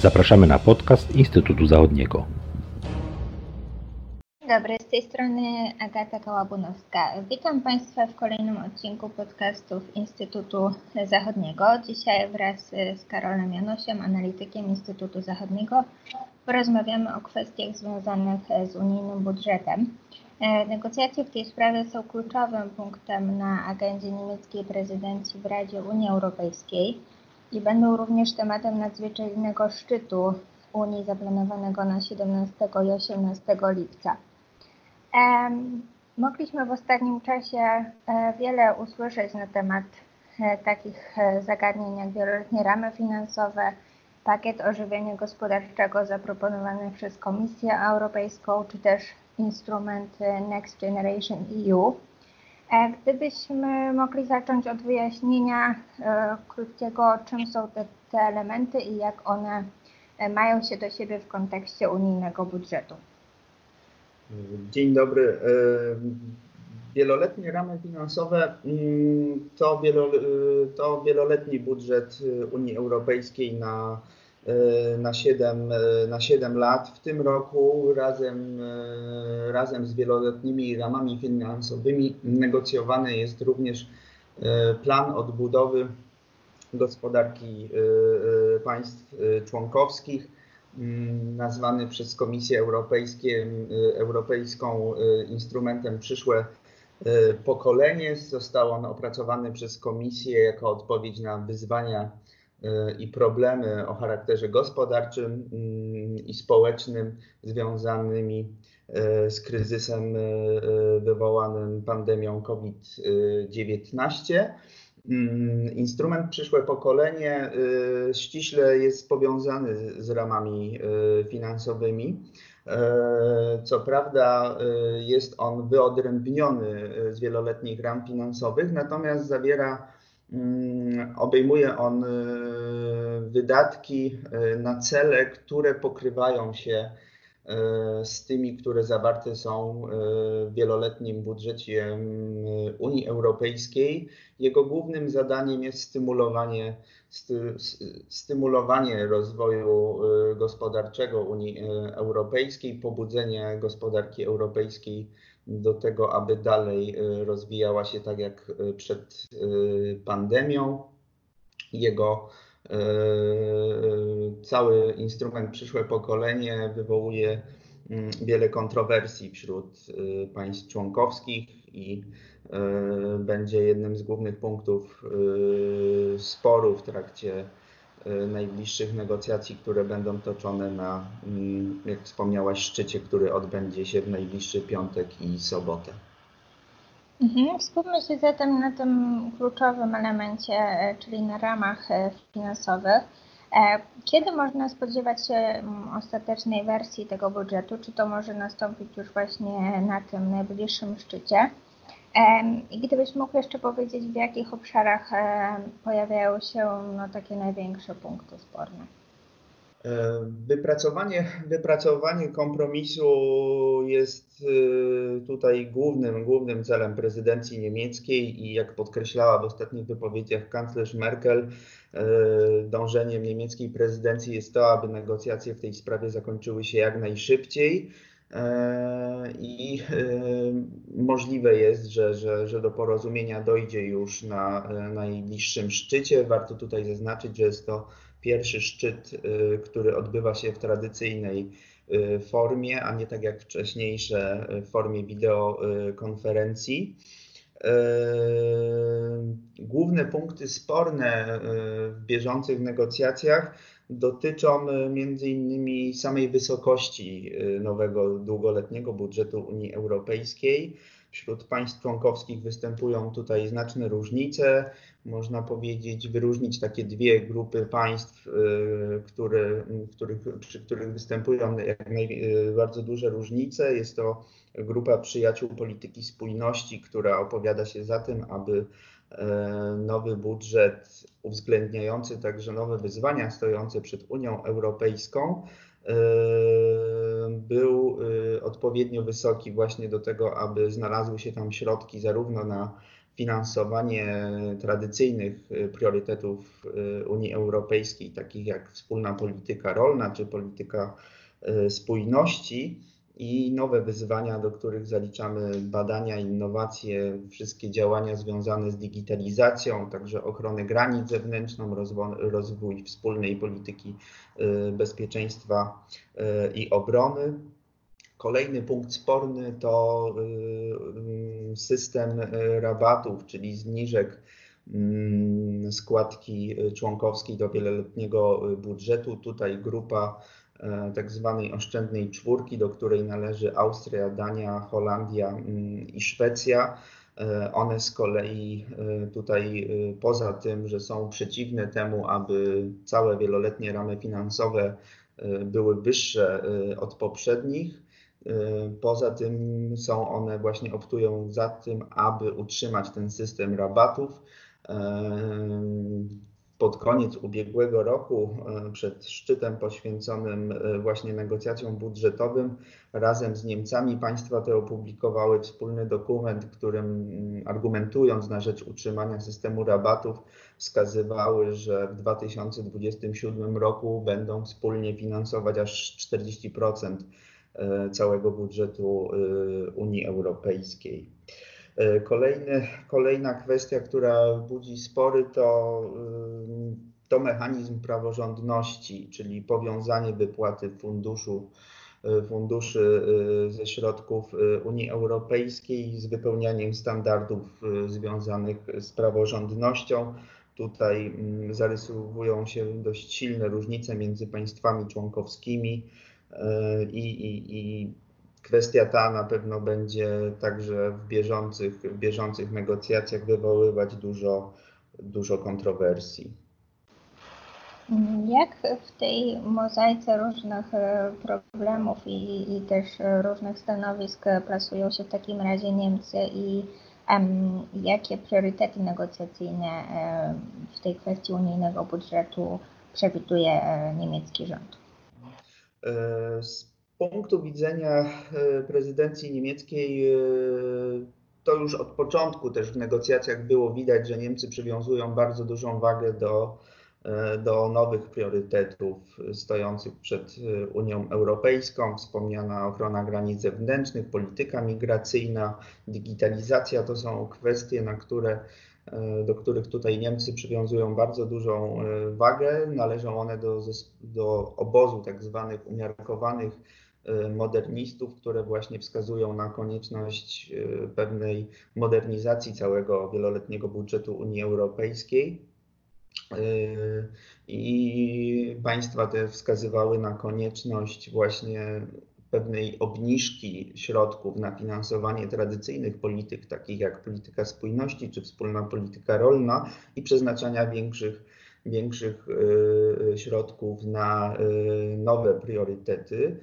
Zapraszamy na podcast Instytutu Zachodniego. Dzień dobry, z tej strony Agata Kołabunowska. Witam Państwa w kolejnym odcinku podcastów Instytutu Zachodniego. Dzisiaj wraz z Karolem Janosiem, analitykiem Instytutu Zachodniego, porozmawiamy o kwestiach związanych z unijnym budżetem. Negocjacje w tej sprawie są kluczowym punktem na agendzie niemieckiej prezydencji w Radzie Unii Europejskiej i będą również tematem nadzwyczajnego szczytu Unii zaplanowanego na 17 i 18 lipca. Mogliśmy w ostatnim czasie wiele usłyszeć na temat takich zagadnień jak wieloletnie ramy finansowe, pakiet ożywienia gospodarczego zaproponowany przez Komisję Europejską, czy też instrument Next Generation EU. Gdybyśmy mogli zacząć od wyjaśnienia krótkiego, czym są te elementy i jak one mają się do siebie w kontekście unijnego budżetu. Dzień dobry. Wieloletnie ramy finansowe to wieloletni budżet Unii Europejskiej na 7 lat. W tym roku razem z wieloletnimi ramami finansowymi negocjowany jest również plan odbudowy gospodarki państw członkowskich, nazwany przez Komisję Europejską instrumentem Przyszłe Pokolenie. Został on opracowany przez Komisję jako odpowiedź na wyzwania i problemy o charakterze gospodarczym i społecznym związanymi z kryzysem wywołanym pandemią COVID-19. Instrument Przyszłe Pokolenie ściśle jest powiązany z ramami finansowymi. Co prawda jest on wyodrębniony z wieloletnich ram finansowych, natomiast obejmuje on wydatki na cele, które pokrywają się z tymi, które zawarte są w wieloletnim budżecie Unii Europejskiej. Jego głównym zadaniem jest stymulowanie rozwoju gospodarczego Unii Europejskiej, pobudzenie gospodarki europejskiej do tego, aby dalej rozwijała się tak jak przed pandemią. Jego cały instrument Przyszłe Pokolenie wywołuje wiele kontrowersji wśród państw członkowskich i będzie jednym z głównych punktów sporu w trakcie najbliższych negocjacji, które będą toczone na, jak wspomniałaś, szczycie, który odbędzie się w najbliższy piątek i sobotę. Skupmy się zatem na tym kluczowym elemencie, czyli na ramach finansowych. Kiedy można spodziewać się ostatecznej wersji tego budżetu? Czy to może nastąpić już właśnie na tym najbliższym szczycie? I gdybyś mógł jeszcze powiedzieć, w jakich obszarach pojawiają się takie największe punkty sporne? Wypracowanie kompromisu jest tutaj głównym celem prezydencji niemieckiej i jak podkreślała w ostatnich wypowiedziach kanclerz Merkel, dążeniem niemieckiej prezydencji jest to, aby negocjacje w tej sprawie zakończyły się jak najszybciej i możliwe jest, że do porozumienia dojdzie już na najbliższym szczycie. Warto tutaj zaznaczyć, że jest to pierwszy szczyt, który odbywa się w tradycyjnej formie, a nie tak jak wcześniejsze w formie wideokonferencji. Główne punkty sporne w bieżących negocjacjach dotyczą m.in. samej wysokości nowego długoletniego budżetu Unii Europejskiej. Wśród państw członkowskich występują tutaj znaczne różnice. Można powiedzieć, wyróżnić takie dwie grupy państw, przy których występują bardzo duże różnice. Jest to grupa przyjaciół polityki spójności, która opowiada się za tym, aby nowy budżet uwzględniający także nowe wyzwania stojące przed Unią Europejską był odpowiednio wysoki właśnie do tego, aby znalazły się tam środki zarówno na finansowanie tradycyjnych priorytetów Unii Europejskiej, takich jak wspólna polityka rolna czy polityka spójności, i nowe wyzwania, do których zaliczamy badania, innowacje, wszystkie działania związane z digitalizacją, także ochronę granic zewnętrzną, rozwój wspólnej polityki bezpieczeństwa i obrony. Kolejny punkt sporny to system rabatów, czyli zniżek składki członkowskiej do wieloletniego budżetu. Tutaj grupa tak zwanej oszczędnej czwórki, do której należy Austria, Dania, Holandia i Szwecja. One z kolei tutaj poza tym, że są przeciwne temu, aby całe wieloletnie ramy finansowe były wyższe od poprzednich, poza tym właśnie optują za tym, aby utrzymać ten system rabatów. Pod koniec ubiegłego roku, przed szczytem poświęconym właśnie negocjacjom budżetowym, razem z Niemcami państwa te opublikowały wspólny dokument, którym argumentując na rzecz utrzymania systemu rabatów, wskazywały, że w 2027 roku będą wspólnie finansować aż 40% całego budżetu Unii Europejskiej. Kolejna kwestia, która budzi spory, to mechanizm praworządności, czyli powiązanie wypłaty funduszy ze środków Unii Europejskiej z wypełnianiem standardów związanych z praworządnością. Tutaj zarysowują się dość silne różnice między państwami członkowskimi i kwestia ta na pewno będzie także w bieżących negocjacjach wywoływać dużo kontrowersji. Jak w tej mozaice różnych problemów i też różnych stanowisk plasują się w takim razie Niemcy i jakie priorytety negocjacyjne w tej kwestii unijnego budżetu przewiduje niemiecki rząd? Z punktu widzenia prezydencji niemieckiej to już od początku też w negocjacjach było widać, że Niemcy przywiązują bardzo dużą wagę do nowych priorytetów stojących przed Unią Europejską. Wspomniana ochrona granic zewnętrznych, polityka migracyjna, digitalizacja to są kwestie, do których tutaj Niemcy przywiązują bardzo dużą wagę. Należą one do obozu tak zwanych umiarkowanych modernistów, które właśnie wskazują na konieczność pewnej modernizacji całego wieloletniego budżetu Unii Europejskiej. I państwa te wskazywały na konieczność właśnie pewnej obniżki środków na finansowanie tradycyjnych polityk, takich jak polityka spójności czy wspólna polityka rolna, i przeznaczania większych środków na nowe priorytety.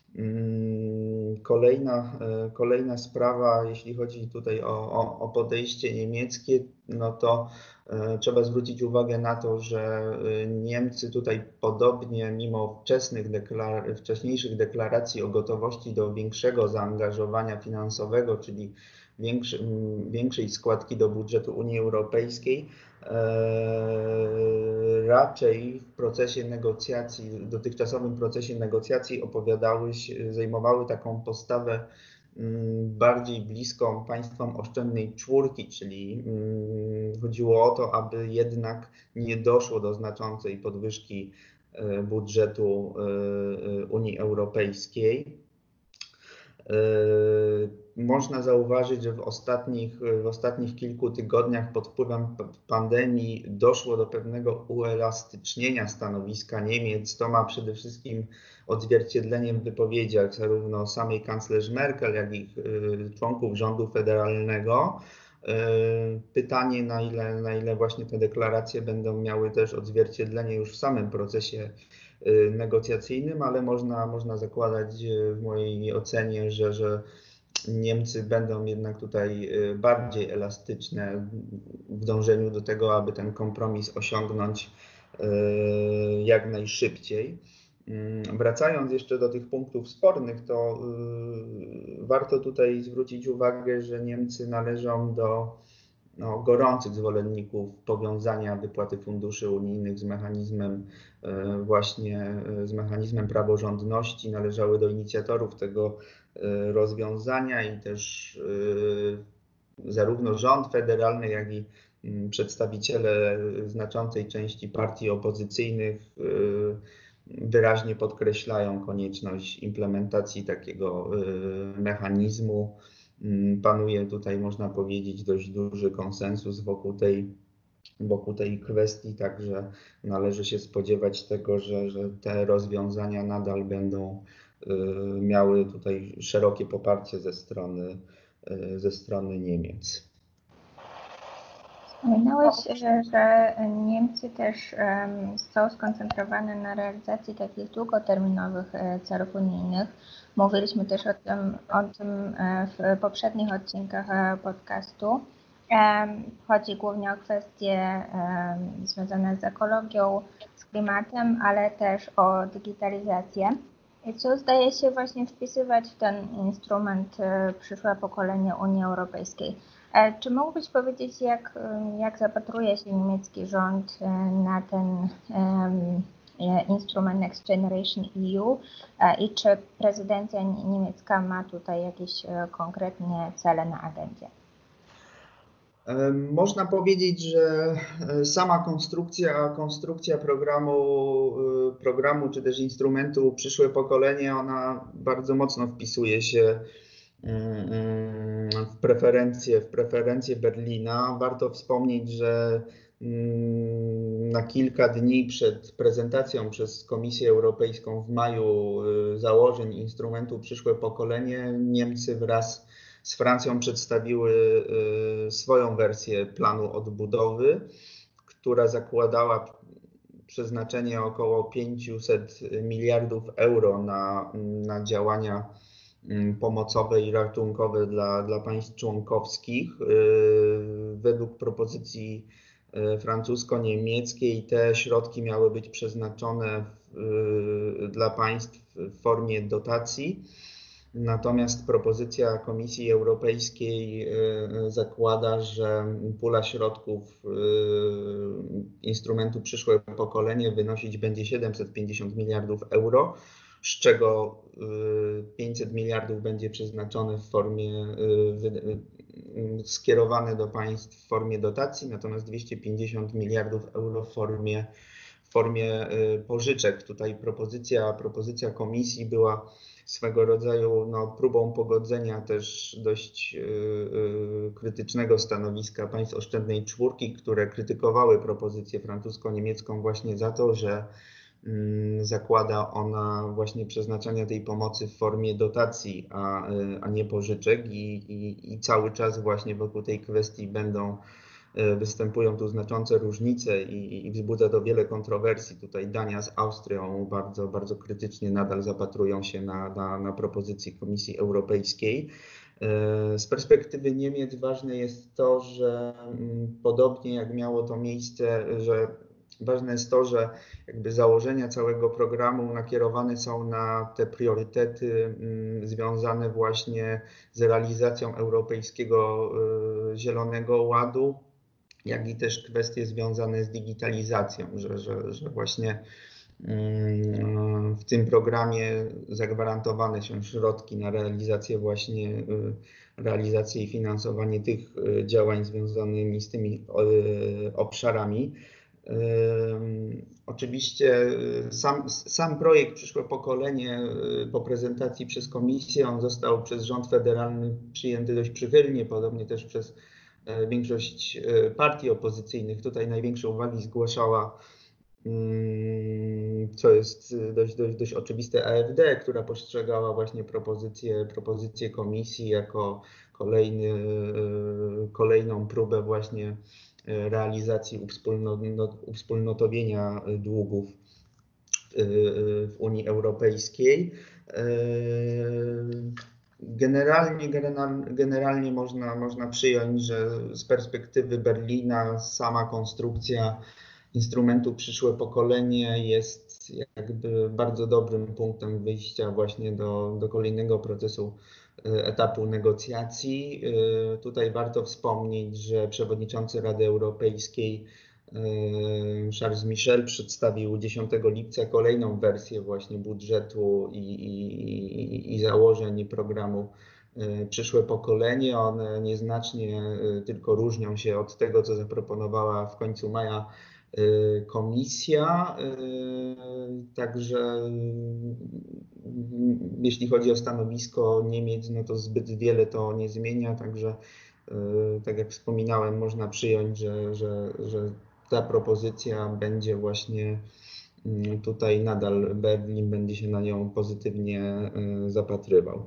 Kolejna sprawa, jeśli chodzi tutaj o podejście niemieckie, no to trzeba zwrócić uwagę na to, że Niemcy tutaj podobnie, mimo wcześniejszych deklaracji o gotowości do większego zaangażowania finansowego, czyli większej składki do budżetu Unii Europejskiej, raczej w procesie negocjacji, w dotychczasowym procesie negocjacji zajmowały taką postawę bardziej bliską państwom oszczędnej czwórki, czyli chodziło o to, aby jednak nie doszło do znaczącej podwyżki budżetu Unii Europejskiej. Można zauważyć, że w ostatnich kilku tygodniach pod wpływem pandemii doszło do pewnego uelastycznienia stanowiska Niemiec. To ma przede wszystkim odzwierciedlenie w wypowiedziach zarówno samej kanclerz Merkel, jak i członków rządu federalnego. Pytanie, na ile właśnie te deklaracje będą miały też odzwierciedlenie już w samym procesie negocjacyjnym, ale można zakładać w mojej ocenie, że Niemcy będą jednak tutaj bardziej elastyczne w dążeniu do tego, aby ten kompromis osiągnąć jak najszybciej. Wracając jeszcze do tych punktów spornych, to warto tutaj zwrócić uwagę, że Niemcy należą do gorących zwolenników powiązania wypłaty funduszy unijnych z mechanizmem z mechanizmem praworządności, należały do inicjatorów tego rozwiązania i też zarówno rząd federalny, jak i przedstawiciele znaczącej części partii opozycyjnych wyraźnie podkreślają konieczność implementacji takiego mechanizmu. Panuje tutaj, można powiedzieć, dość duży konsensus wokół tej kwestii, także należy się spodziewać tego, że te rozwiązania nadal będą miały tutaj szerokie poparcie ze strony Niemiec. Wspominałeś, że Niemcy też są skoncentrowane na realizacji takich długoterminowych celów unijnych. Mówiliśmy też o tym w poprzednich odcinkach podcastu. Chodzi głównie o kwestie związane z ekologią, z klimatem, ale też o digitalizację. Co zdaje się właśnie wpisywać w ten instrument przyszłe pokolenie Unii Europejskiej. Czy mógłbyś powiedzieć, jak zapatruje się niemiecki rząd na ten instrument Next Generation EU i czy prezydencja niemiecka ma tutaj jakieś konkretne cele na agendzie? Można powiedzieć, że sama konstrukcja programu czy też instrumentu przyszłe pokolenie, ona bardzo mocno wpisuje się w preferencje Berlina. Warto wspomnieć, że na kilka dni przed prezentacją przez Komisję Europejską w maju założeń instrumentu przyszłe pokolenie, Niemcy wraz z Francją przedstawiły swoją wersję planu odbudowy, która zakładała przeznaczenie około 500 miliardów euro na działania pomocowe i ratunkowe dla państw członkowskich. Według propozycji francusko-niemieckiej te środki miały być przeznaczone dla państw w formie dotacji. Natomiast propozycja Komisji Europejskiej zakłada, że pula środków instrumentu przyszłe pokolenie wynosić będzie 750 miliardów euro, z czego 500 miliardów będzie przeznaczone skierowane do państw w formie dotacji, natomiast 250 miliardów euro w formie pożyczek. Tutaj propozycja Komisji była swego rodzaju próbą pogodzenia też dość krytycznego stanowiska państw oszczędnej czwórki, które krytykowały propozycję francusko-niemiecką właśnie za to, że zakłada ona właśnie przeznaczania tej pomocy w formie dotacji, a nie pożyczek i cały czas właśnie wokół tej kwestii występują tu znaczące różnice i wzbudza to wiele kontrowersji. Tutaj Dania z Austrią bardzo, bardzo krytycznie nadal zapatrują się na propozycji Komisji Europejskiej. Z perspektywy Niemiec ważne jest to, że podobnie jak miało to miejsce, że ważne jest to, że jakby założenia całego programu nakierowane są na te priorytety związane właśnie z realizacją Europejskiego Zielonego Ładu, jak i też kwestie związane z digitalizacją, że właśnie w tym programie zagwarantowane są środki na realizację i finansowanie tych działań związanymi z tymi obszarami. Oczywiście sam projekt Przyszłe Pokolenie po prezentacji przez Komisję, on został przez rząd federalny przyjęty dość przychylnie, podobnie też przez większość partii opozycyjnych. Tutaj największe uwagi zgłaszała, co jest dość oczywiste, AfD, która postrzegała właśnie propozycję Komisji jako kolejną próbę właśnie realizacji uwspólnotowienia długów w Unii Europejskiej. Generalnie można przyjąć, że z perspektywy Berlina sama konstrukcja instrumentu Przyszłe Pokolenie jest jakby bardzo dobrym punktem wyjścia właśnie do kolejnego procesu etapu negocjacji. Tutaj warto wspomnieć, że przewodniczący Rady Europejskiej Charles Michel przedstawił 10 lipca kolejną wersję właśnie budżetu i założeń programu Przyszłe pokolenie. One nieznacznie tylko różnią się od tego, co zaproponowała w końcu maja Komisja. Także jeśli chodzi o stanowisko Niemiec, no to zbyt wiele to nie zmienia. Także tak jak wspominałem, można przyjąć, że ta propozycja będzie właśnie tutaj nadal Berlin będzie się na nią pozytywnie zapatrywał.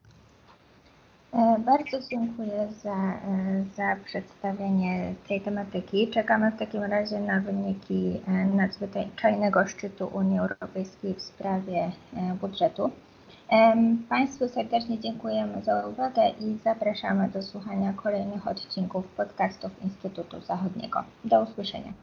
Bardzo dziękuję za przedstawienie tej tematyki. Czekamy w takim razie na wyniki nadzwyczajnego szczytu Unii Europejskiej w sprawie budżetu. Państwu serdecznie dziękujemy za uwagę i zapraszamy do słuchania kolejnych odcinków podcastów Instytutu Zachodniego. Do usłyszenia.